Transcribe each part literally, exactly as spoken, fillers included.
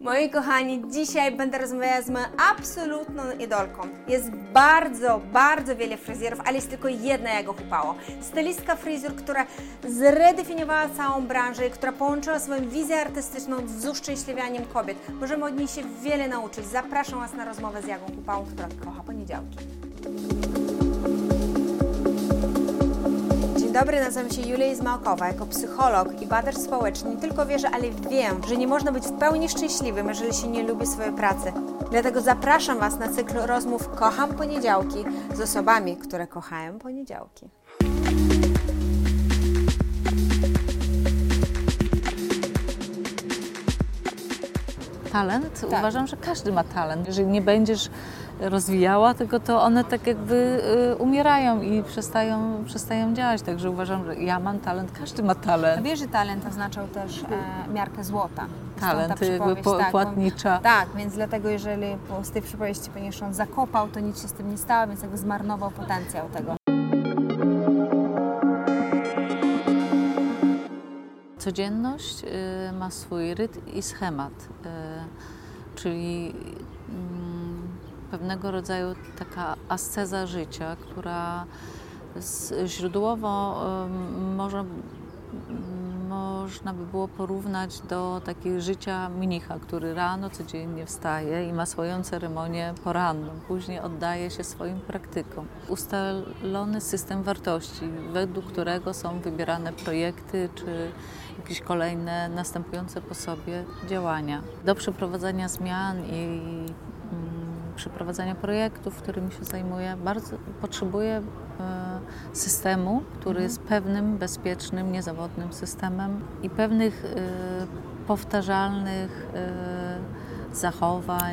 Moi kochani, dzisiaj będę rozmawiała z moją absolutną idolką. Jest bardzo, bardzo wiele fryzjerów, ale jest tylko jedna, jak go chupało. Stylistka fryzur, która zredefiniowała całą branżę i która połączyła swoją wizję artystyczną z uszczęśliwianiem kobiet. Możemy od niej się wiele nauczyć. Zapraszam Was na rozmowę z Jagą Kupałą, która kocha poniedziałki. Dzień dobry, nazywam się Julia Izmałkowa. Jako psycholog i badacz społeczny nie tylko wierzę, ale wiem, że nie można być w pełni szczęśliwym, jeżeli się nie lubi swojej pracy. Dlatego zapraszam Was na cykl rozmów Kocham Poniedziałki z osobami, które kochają poniedziałki. Talent? Tak. Uważam, że każdy ma talent. Jeżeli nie będziesz rozwijała tego, to one tak jakby y, umierają i przestają, przestają działać. Także uważam, że ja mam talent, każdy ma talent. A wiesz, że talent oznaczał też e, miarkę złota. Talent, jakby po, tak, płatnicza. Tak, więc dlatego jeżeli po, z tej przypowieści, ponieważ on zakopał, to nic się z tym nie stało, więc jakby zmarnował potencjał tego. Codzienność y, ma swój rytm i schemat, y, czyli y, pewnego rodzaju taka asceza życia, która z, źródłowo y, może, y, można by było porównać do takiego życia mnicha, który rano codziennie wstaje i ma swoją ceremonię poranną, później oddaje się swoim praktykom. Ustalony system wartości, według którego są wybierane projekty czy jakieś kolejne, następujące po sobie działania. Do przeprowadzania zmian i mm, przeprowadzania projektów, którymi się zajmuję, bardzo potrzebuję e, systemu, który mhm. jest pewnym, bezpiecznym, niezawodnym systemem i pewnych e, powtarzalnych e, zachowań,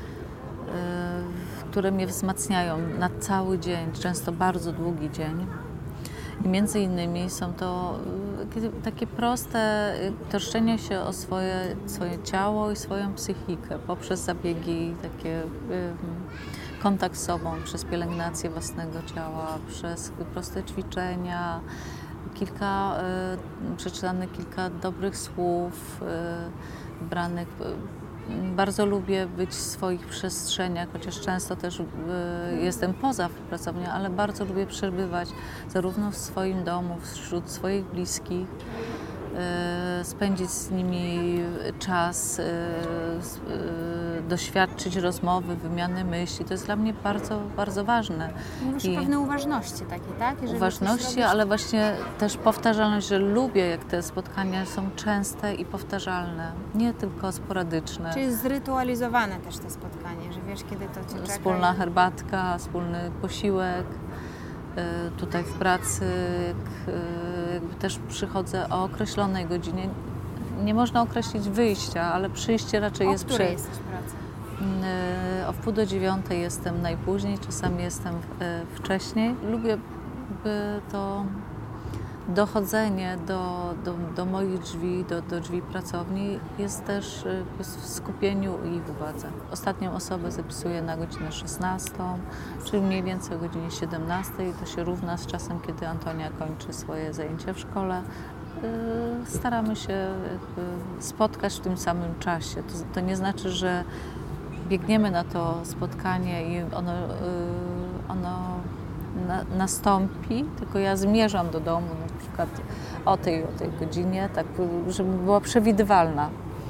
e, które mnie wzmacniają na cały dzień, często bardzo długi dzień. I między innymi są to takie proste troszczenie się o swoje, swoje ciało i swoją psychikę poprzez zabiegi, takie kontakt z sobą, przez pielęgnację własnego ciała, przez proste ćwiczenia, kilka, przeczytanych kilka dobrych słów, wybranych. Bardzo lubię być w swoich przestrzeniach, chociaż często też y, jestem poza pracownią, ale bardzo lubię przebywać zarówno w swoim domu, wśród swoich bliskich, y, spędzić z nimi czas, y, y, doświadczyć rozmowy, wymiany myśli. To jest dla mnie bardzo, bardzo ważne. Mówisz o pewnej uważności takiej, tak? Jeżeli uważności, robisz... ale właśnie też powtarzalność, że lubię, jak te spotkania są częste i powtarzalne, nie tylko sporadyczne. Czyli zrytualizowane też te spotkanie, że wiesz, kiedy to Cię czeka. Wspólna herbatka, wspólny posiłek. Tutaj w pracy jakby też przychodzę o określonej godzinie. Nie można określić wyjścia, ale przyjście raczej o jest... O której przy... jesteś w pracy? O wpół do dziewiątej jestem najpóźniej, czasami jestem wcześniej. Lubię by to dochodzenie do, do, do moich drzwi, do, do drzwi pracowni jest też w skupieniu i w uwadze. Ostatnią osobę zapisuję na godzinę szesnastą, czyli mniej więcej o godzinie siedemnastej. To się równa z czasem, kiedy Antonia kończy swoje zajęcia w szkole. Staramy się spotkać w tym samym czasie. To, to nie znaczy, że biegniemy na to spotkanie i ono, ono na, nastąpi, tylko ja zmierzam do domu na przykład o tej, o tej godzinie, tak, żeby była przewidywalna.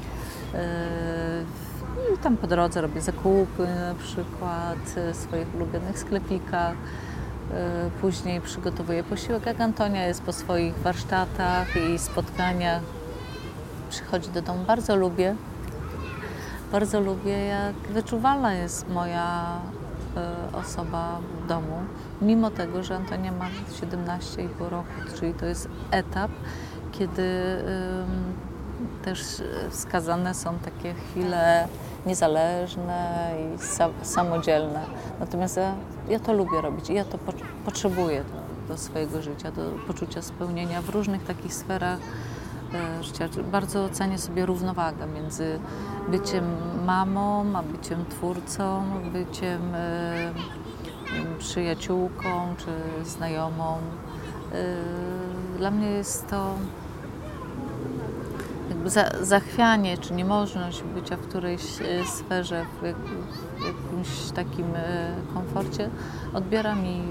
I tam po drodze robię zakupy na przykład w swoich ulubionych sklepikach. Później przygotowuję posiłek, jak Antonia jest po swoich warsztatach i spotkaniach. Przychodzi do domu. Bardzo lubię, bardzo lubię, jak wyczuwalna jest moja y, osoba w domu. Mimo tego, że Antonia ma siedemnaście i pół roku, czyli to jest etap, kiedy y, też wskazane są takie chwile niezależne i sa, samodzielne. Natomiast ja, ja to lubię robić i ja to po, potrzebuję do, do swojego życia, do poczucia spełnienia w różnych takich sferach e, życia. Bardzo cenię sobie równowagę między byciem mamą, a byciem twórcą, byciem e, przyjaciółką czy znajomą. E, dla mnie jest to za, zachwianie czy niemożność bycia w którejś sferze, w, jak, w jakimś takim komforcie odbiera mi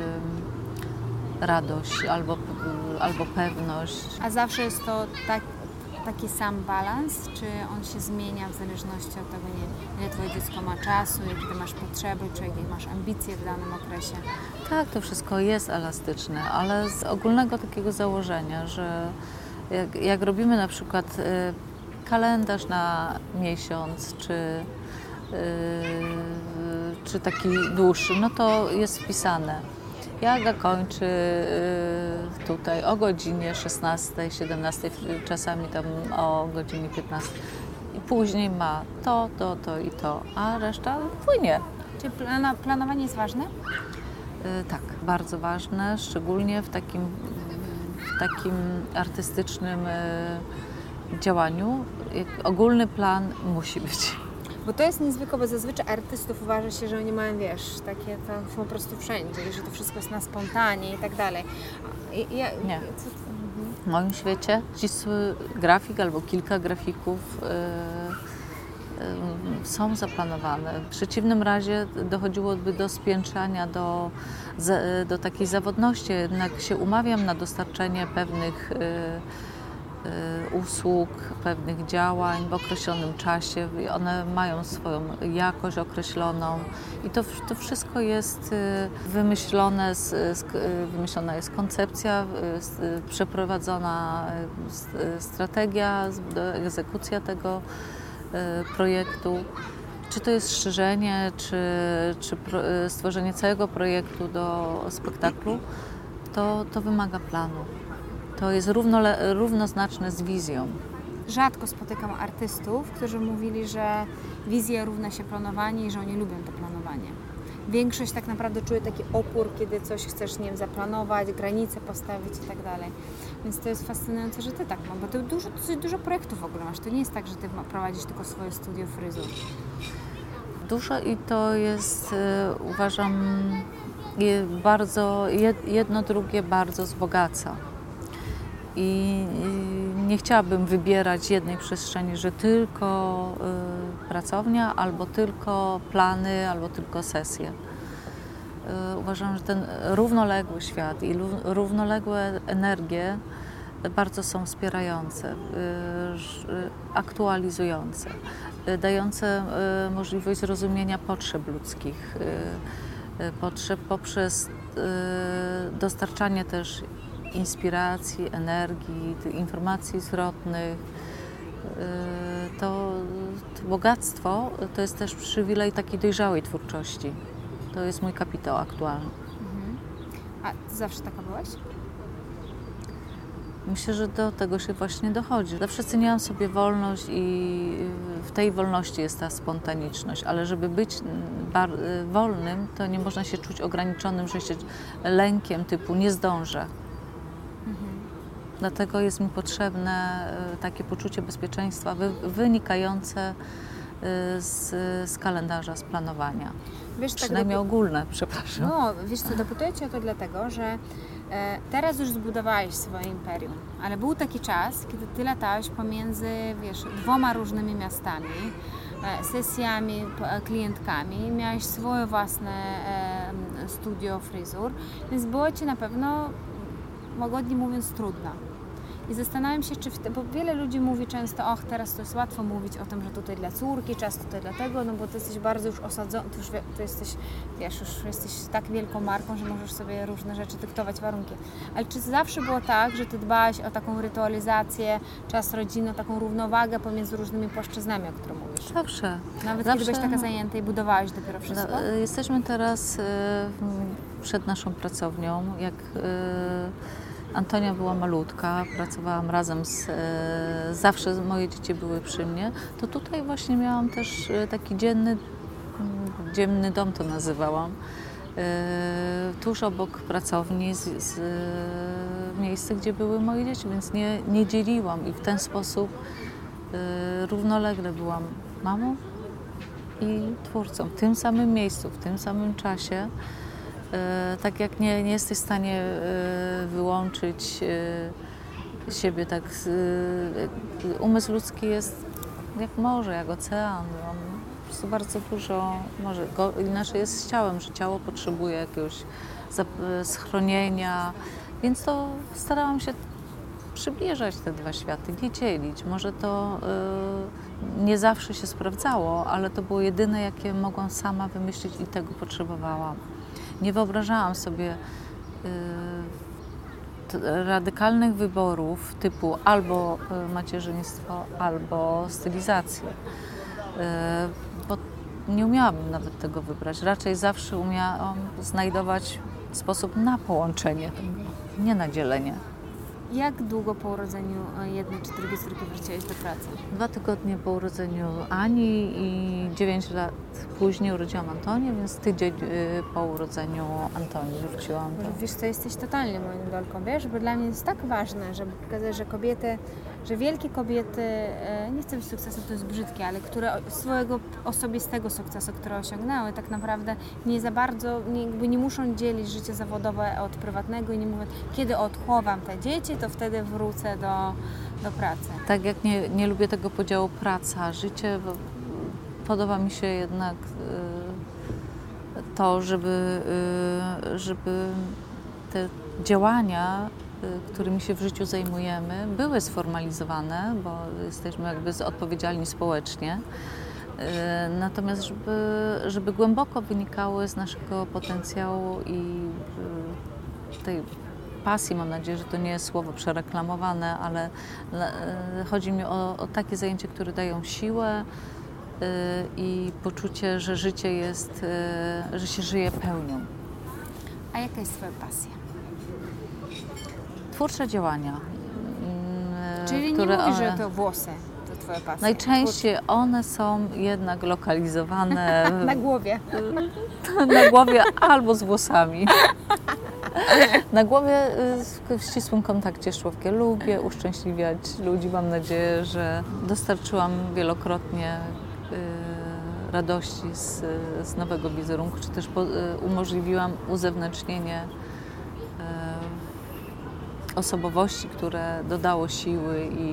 radość albo, albo pewność. A zawsze jest to tak, taki sam balans, czy on się zmienia w zależności od tego, nie, ile Twoje dziecko ma czasu, jakie Ty masz potrzeby, czy jakie masz ambicje w danym okresie? Tak, to wszystko jest elastyczne, ale z ogólnego takiego założenia, że jak, jak robimy na przykład y, kalendarz na miesiąc, czy, y, czy taki dłuższy, no to jest wpisane. Jaga kończy y, tutaj o godzinie szesnastej, siedemnastej, czasami tam o godzinie piętnastej. I później ma to, to, to i to, a reszta płynie. Czy plana, planowanie jest ważne? Y, tak, bardzo ważne, szczególnie w takim, w takim artystycznym y, działaniu. Jak ogólny plan musi być. Bo to jest niezwykłe, bo zazwyczaj artystów uważa się, że oni mają, wiesz, takie to po prostu wszędzie, że to wszystko jest na spontanie i tak dalej. I, ja, Nie. Co, w moim świecie ścisły grafik albo kilka grafików y, y, są zaplanowane. W przeciwnym razie dochodziłoby do spiętrzania, do, do takiej zawodności. Jednak się umawiam na dostarczenie pewnych y, usług, pewnych działań w określonym czasie. One mają swoją jakość określoną i to, to wszystko jest wymyślone, wymyślona jest koncepcja, przeprowadzona strategia, egzekucja tego projektu. Czy to jest szerzenie, czy, czy stworzenie całego projektu do spektaklu, to, to wymaga planu. To jest równole, równoznaczne z wizją. Rzadko spotykam artystów, którzy mówili, że wizja równa się planowanie i że oni lubią to planowanie. Większość tak naprawdę czuje taki opór, kiedy coś chcesz, nie wiem, zaplanować, granice postawić i tak dalej. Więc to jest fascynujące, że Ty tak masz, bo Ty dużo, dużo projektów w ogóle masz. To nie jest tak, że Ty prowadzisz tylko swoje studio fryzur. Dużo i to jest, uważam, bardzo, jedno drugie bardzo wzbogaca. I nie chciałabym wybierać jednej przestrzeni, że tylko y, pracownia, albo tylko plany, albo tylko sesje. Y, uważam, że ten równoległy świat i równoległe energie bardzo są wspierające, y, y, aktualizujące, y, dające y, możliwość zrozumienia potrzeb ludzkich, y, y, potrzeb poprzez y, dostarczanie też inspiracji, energii, informacji zwrotnych. To, to bogactwo to jest też przywilej takiej dojrzałej twórczości. To jest mój kapitał aktualny. Mhm. A Ty zawsze taka byłaś? Myślę, że do tego się właśnie dochodzi. Zawsze ceniłam sobie wolność i w tej wolności jest ta spontaniczność, ale żeby być wolnym, to nie można się czuć ograniczonym, że się lękiem typu nie zdążę. Dlatego jest mi potrzebne takie poczucie bezpieczeństwa wynikające z, z kalendarza, z planowania. Wiesz, Przynajmniej tak, ogólne, przepraszam. No, wiesz co, dopytuję Cię o to dlatego, że e, teraz już zbudowałeś swoje imperium, ale był taki czas, kiedy Ty latałeś pomiędzy, wiesz, dwoma różnymi miastami, e, sesjami, e, klientkami, miałeś swoje własne e, studio fryzur, więc było Ci na pewno, łagodnie mówiąc, trudno. I zastanawiam się, czy w te, bo wiele ludzi mówi często, och, teraz to jest łatwo mówić o tym, że tutaj dla córki, czas tutaj dla tego, no bo Ty jesteś bardzo już osadzony, Ty już ty jesteś, wiesz, już jesteś tak wielką marką, że możesz sobie różne rzeczy dyktować, warunki. Ale czy zawsze było tak, że Ty dbałaś o taką rytualizację, czas rodziny, taką równowagę pomiędzy różnymi płaszczyznami, o których mówisz? Zawsze. Nawet Zawsze. kiedy byłeś taka zajęta i budowałaś dopiero wszystko? No, jesteśmy teraz y, przed naszą pracownią, jak y, Antonia była malutka, pracowałam razem z, e, zawsze moje dzieci były przy mnie, to tutaj właśnie miałam też taki dzienny, dzienny dom to nazywałam, e, tuż obok pracowni z, z e, miejsce, gdzie były moje dzieci, więc nie, nie dzieliłam i w ten sposób e, równolegle byłam mamą i twórcą w tym samym miejscu, w tym samym czasie. Tak jak nie, nie jesteś w stanie wyłączyć siebie tak... Umysł ludzki jest jak morze, jak ocean. On po prostu bardzo dużo może. Go, inaczej jest z ciałem, że ciało potrzebuje jakiegoś schronienia, więc to starałam się przybliżać te dwa światy, nie dzielić. Może to y, nie zawsze się sprawdzało, ale to było jedyne, jakie mogłam sama wymyślić i tego potrzebowałam. Nie wyobrażałam sobie y, radykalnych wyborów typu albo macierzyństwo, albo stylizację, y, bo nie umiałabym nawet tego wybrać. Raczej zawsze umiałam znajdować sposób na połączenie tego, nie na dzielenie. Jak długo po urodzeniu jednej czy drugiej córki wróciłeś do pracy? Dwa tygodnie po urodzeniu Ani i dziewięć lat później urodziłam Antonię, więc tydzień po urodzeniu Antonii wróciłam. Do... Wiesz co, jesteś totalnie moją idolką, wiesz, bo dla mnie jest tak ważne, żeby pokazać, że kobiety, że wielkie kobiety, nie chcę być sukcesem, to jest brzydkie, ale które swojego osobistego sukcesu, które osiągnęły, tak naprawdę nie za bardzo, nie, jakby nie muszą dzielić życia zawodowe od prywatnego i nie mówią, kiedy odchowam te dzieci, to wtedy wrócę do, do pracy. Tak jak nie, nie lubię tego podziału praca, życie, podoba mi się jednak to, żeby, żeby te działania, którymi się w życiu zajmujemy, były sformalizowane, bo jesteśmy jakby odpowiedzialni społecznie. Natomiast żeby, żeby głęboko wynikały z naszego potencjału i tej pasji, mam nadzieję, że to nie jest słowo przereklamowane, ale chodzi mi o, o takie zajęcie, które dają siłę i poczucie, że życie jest, że się żyje pełnią. A jaka jest Twoja pasja? Twórcze działania. Czyli które nie mówisz, one... że to włosy, to Twoja pasja? Najczęściej one są jednak lokalizowane na głowie. Na głowie albo z włosami. Na głowie w ścisłym kontakcie z człowiekiem. Lubię uszczęśliwiać ludzi. Mam nadzieję, że dostarczyłam wielokrotnie radości z, z nowego wizerunku, czy też po, umożliwiłam uzewnętrznienie osobowości, które dodało siły i,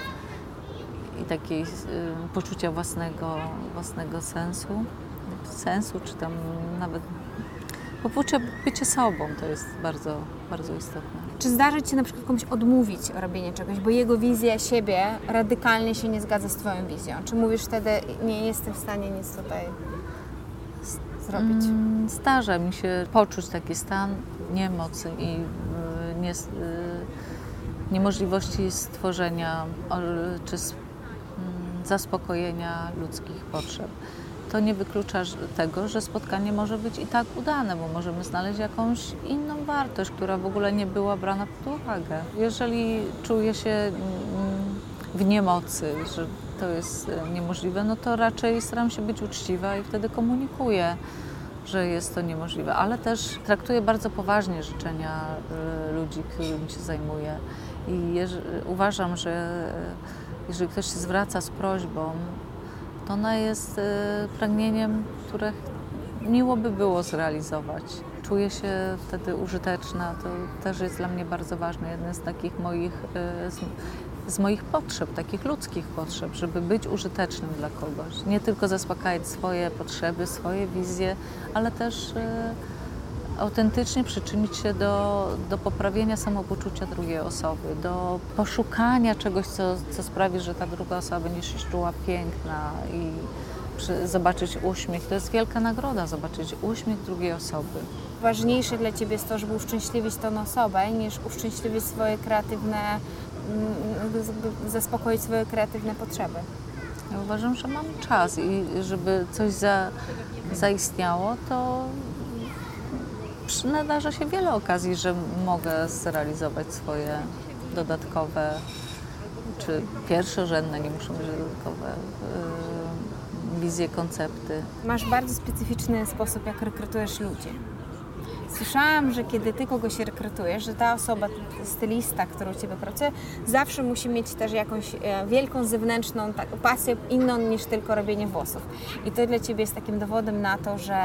i takiej poczucia własnego, własnego sensu, sensu, czy tam nawet poczucie bycie sobą, to jest bardzo, bardzo istotne. Czy zdarzy Ci się na przykład komuś odmówić robienia czegoś, bo jego wizja siebie radykalnie się nie zgadza z Twoją wizją? Czy mówisz wtedy, nie jestem w stanie nic tutaj zrobić? Zdarza mi się poczuć taki stan niemocy i nie, niemożliwości stworzenia czy zaspokojenia ludzkich potrzeb. To nie wyklucza tego, że spotkanie może być i tak udane, bo możemy znaleźć jakąś inną wartość, która w ogóle nie była brana pod uwagę. Jeżeli czuję się w niemocy, że to jest niemożliwe, no to raczej staram się być uczciwa i wtedy komunikuję, że jest to niemożliwe, ale też traktuję bardzo poważnie życzenia ludzi, którymi się zajmuję. I uważam, że jeżeli ktoś się zwraca z prośbą, to ona jest pragnieniem, które miło by było zrealizować. Czuję się wtedy użyteczna, to też jest dla mnie bardzo ważne. Jeden z takich moich, z, z moich potrzeb, takich ludzkich potrzeb, żeby być użytecznym dla kogoś. Nie tylko zaspokajać swoje potrzeby, swoje wizje, ale też autentycznie przyczynić się do, do poprawienia samopoczucia drugiej osoby, do poszukania czegoś, co, co sprawi, że ta druga osoba będzie się czuła piękna i przy, zobaczyć uśmiech. To jest wielka nagroda, zobaczyć uśmiech drugiej osoby. Ważniejsze dla Ciebie jest to, żeby uszczęśliwić tę osobę, niż uszczęśliwić swoje kreatywne, zaspokoić swoje kreatywne potrzeby. Ja uważam, że mam czas i żeby coś za, zaistniało, to nadarza się wiele okazji, że mogę zrealizować swoje dodatkowe, czy pierwszorzędne, nie muszą być dodatkowe, yy, wizje, koncepty. Masz bardzo specyficzny sposób, jak rekrutujesz ludzi. Słyszałam, że kiedy Ty kogoś rekrutujesz, że ta osoba, stylista, który u Ciebie pracuje, zawsze musi mieć też jakąś wielką zewnętrzną tak, pasję inną niż tylko robienie włosów. I to dla Ciebie jest takim dowodem na to, że,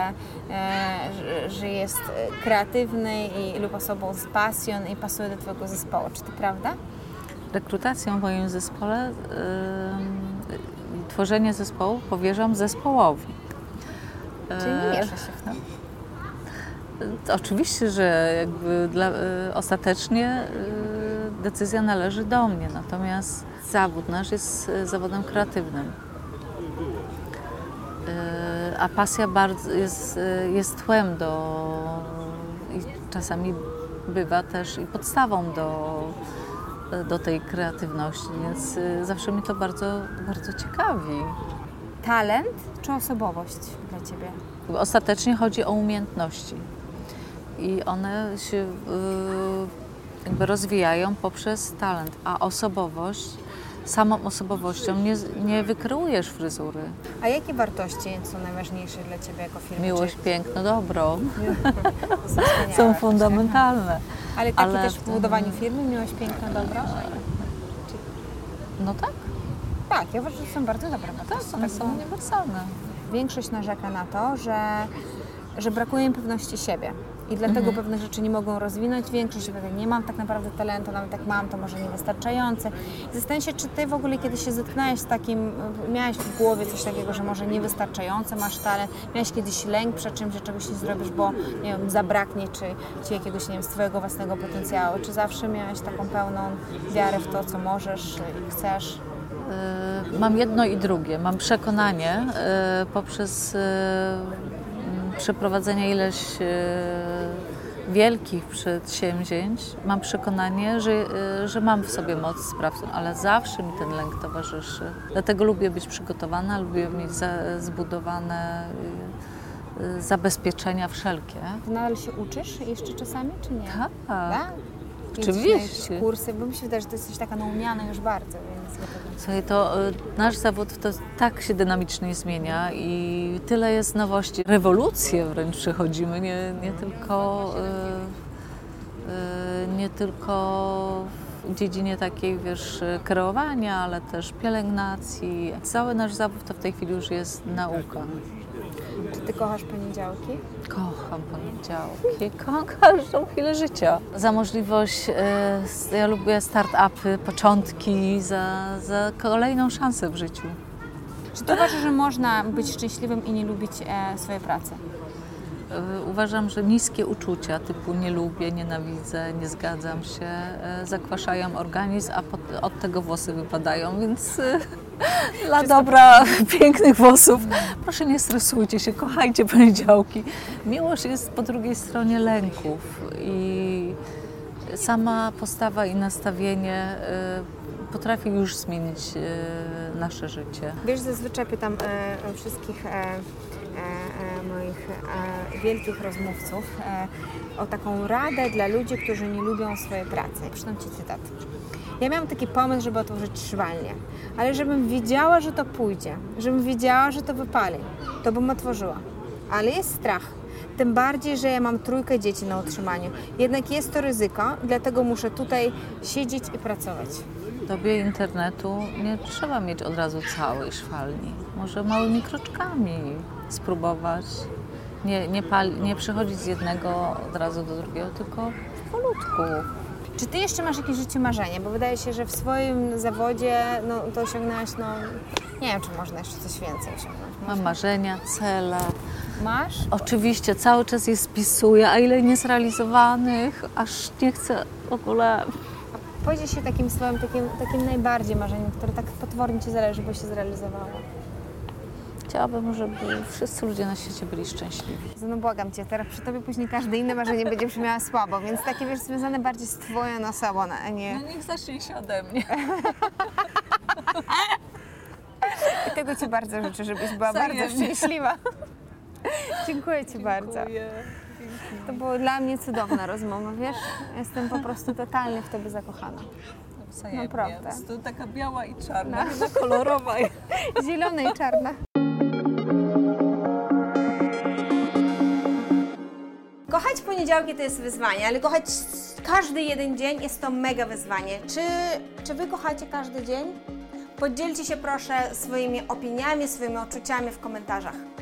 e, że jest kreatywny i, lub osobą z pasją i pasuje do Twojego zespołu. Czy to prawda? Rekrutacją w moim zespole, yy, tworzenie zespołu powierzam zespołowi. Czyli nie miesza się w to? Yy, oczywiście, że jakby dla, yy, ostatecznie yy, decyzja należy do mnie, natomiast zawód nasz jest yy, zawodem kreatywnym. Yy, a pasja bardzo jest, yy, jest tłem do i czasami bywa też i podstawą do do tej kreatywności, więc y, zawsze mnie to bardzo, bardzo ciekawi. Talent czy osobowość dla Ciebie? Ostatecznie chodzi o umiejętności i one się y, jakby rozwijają poprzez talent, a osobowość, samą osobowością nie, nie wykreujesz fryzury. A jakie wartości są najważniejsze dla Ciebie jako firmy? Miłość, Czy... piękno, dobro To są, wspaniałe, są fundamentalne. Ale takie Ale też w budowaniu firmy, miłość, piękno, dobro? No tak, Tak, ja uważam, że są bardzo dobre wartości. tak, one są uniwersalne. Większość narzeka na to, że, że brakuje im pewności siebie i dlatego Mhm. pewne rzeczy nie mogą rozwinąć. Większość powie, nie mam tak naprawdę talentu, nawet jak mam, to może niewystarczający. Zastanawiam się, czy Ty w ogóle kiedyś się zetknąłeś z takim, miałeś w głowie coś takiego, że może niewystarczający masz talent, miałeś kiedyś lęk przed czymś, że czegoś nie zrobisz, bo nie wiem, zabraknie Ci, ci jakiegoś, nie wiem, z Twojego własnego potencjału, czy zawsze miałeś taką pełną wiarę w to, co możesz i chcesz? Yy, Mam jedno i drugie. Mam przekonanie yy, poprzez yy, przeprowadzenie ileś yy, wielkich przedsięwzięć. Mam przekonanie, że, yy, że mam w sobie moc sprawczą, ale zawsze mi ten lęk towarzyszy. Dlatego lubię być przygotowana, lubię mieć za, zbudowane yy, yy, zabezpieczenia wszelkie. Ty nadal się uczysz jeszcze czasami, czy nie? Tak. Tak? Oczywiście. Jeździsz na jakieś kursy, bo mi się wydaje, że to jesteś taka naumiana już bardzo, więc... Słuchaj, to y, nasz zawód to tak się dynamicznie zmienia i tyle jest nowości. Rewolucje wręcz przechodzimy, nie, nie tylko y, y, nie tylko w dziedzinie takiej, wiesz, kreowania, ale też pielęgnacji. Cały nasz zawód to w tej chwili już jest nauka. Czy Ty kochasz poniedziałki? Kocham poniedziałki, kocham każdą chwilę życia. Za możliwość, y, ja lubię start-upy, początki, za, za kolejną szansę w życiu. Czy Ty uważasz, że można być szczęśliwym i nie lubić e, swojej pracy? Y, Uważam, że niskie uczucia typu nie lubię, nienawidzę, nie zgadzam się, y, zakwaszają organizm, a pod, od tego włosy wypadają, więc y, dla dobra pięknych włosów proszę nie stresujcie się, kochajcie poniedziałki. Miłość jest po drugiej stronie lęków i sama postawa i nastawienie y, potrafi już zmienić y, nasze życie. Wiesz, zazwyczaj pytam e, wszystkich e, e, e, moich e, wielkich rozmówców e, o taką radę dla ludzi, którzy nie lubią swojej pracy. Przytam Ci cytat. Ja miałam taki pomysł, żeby otworzyć szwalnię, ale żebym wiedziała, że to pójdzie, żebym wiedziała, że to wypali, to bym otworzyła. Ale jest strach. Tym bardziej, że ja mam trójkę dzieci na utrzymaniu. Jednak jest to ryzyko, dlatego muszę tutaj siedzieć i pracować. W dobie internetu nie trzeba mieć od razu całej szwalni. Może małymi kroczkami spróbować. Nie, nie, pali, nie przechodzić z jednego od razu do drugiego, tylko powolutku. Czy Ty jeszcze masz jakieś w życiu marzenie? Bo wydaje się, że w swoim zawodzie no, to osiągnęłaś, no nie wiem, czy można jeszcze coś więcej osiągnąć. Mam marzenia, cele. Masz? Oczywiście cały czas je spisuję, a ile niezrealizowanych, aż nie chcę w ogóle. Podziel się takim swoim, takim, takim najbardziej marzeniem, które tak potwornie Ci zależy, żeby się zrealizowało. Chciałabym, żeby wszyscy ludzie na świecie byli szczęśliwi. No błagam Cię, teraz przy Tobie później każde inne marzenie będzie brzmiało słabo, więc takie wiesz, związane bardziej z Twoją osobą, a nie... No niech zacznie się ode mnie. I tego Ci bardzo życzę, żebyś była Wzajemnie. bardzo szczęśliwa. Dziękuję Ci bardzo. To była dla mnie cudowna rozmowa, wiesz? Jestem po prostu totalnie w Tobie zakochana. Wzajemnie. Naprawdę. To taka biała i czarna, no. kolorowa. Zielona i czarna. Kochać poniedziałki to jest wyzwanie, ale kochać każdy jeden dzień jest to mega wyzwanie. Czy, czy Wy kochacie każdy dzień? Podzielcie się proszę swoimi opiniami, swoimi uczuciami w komentarzach.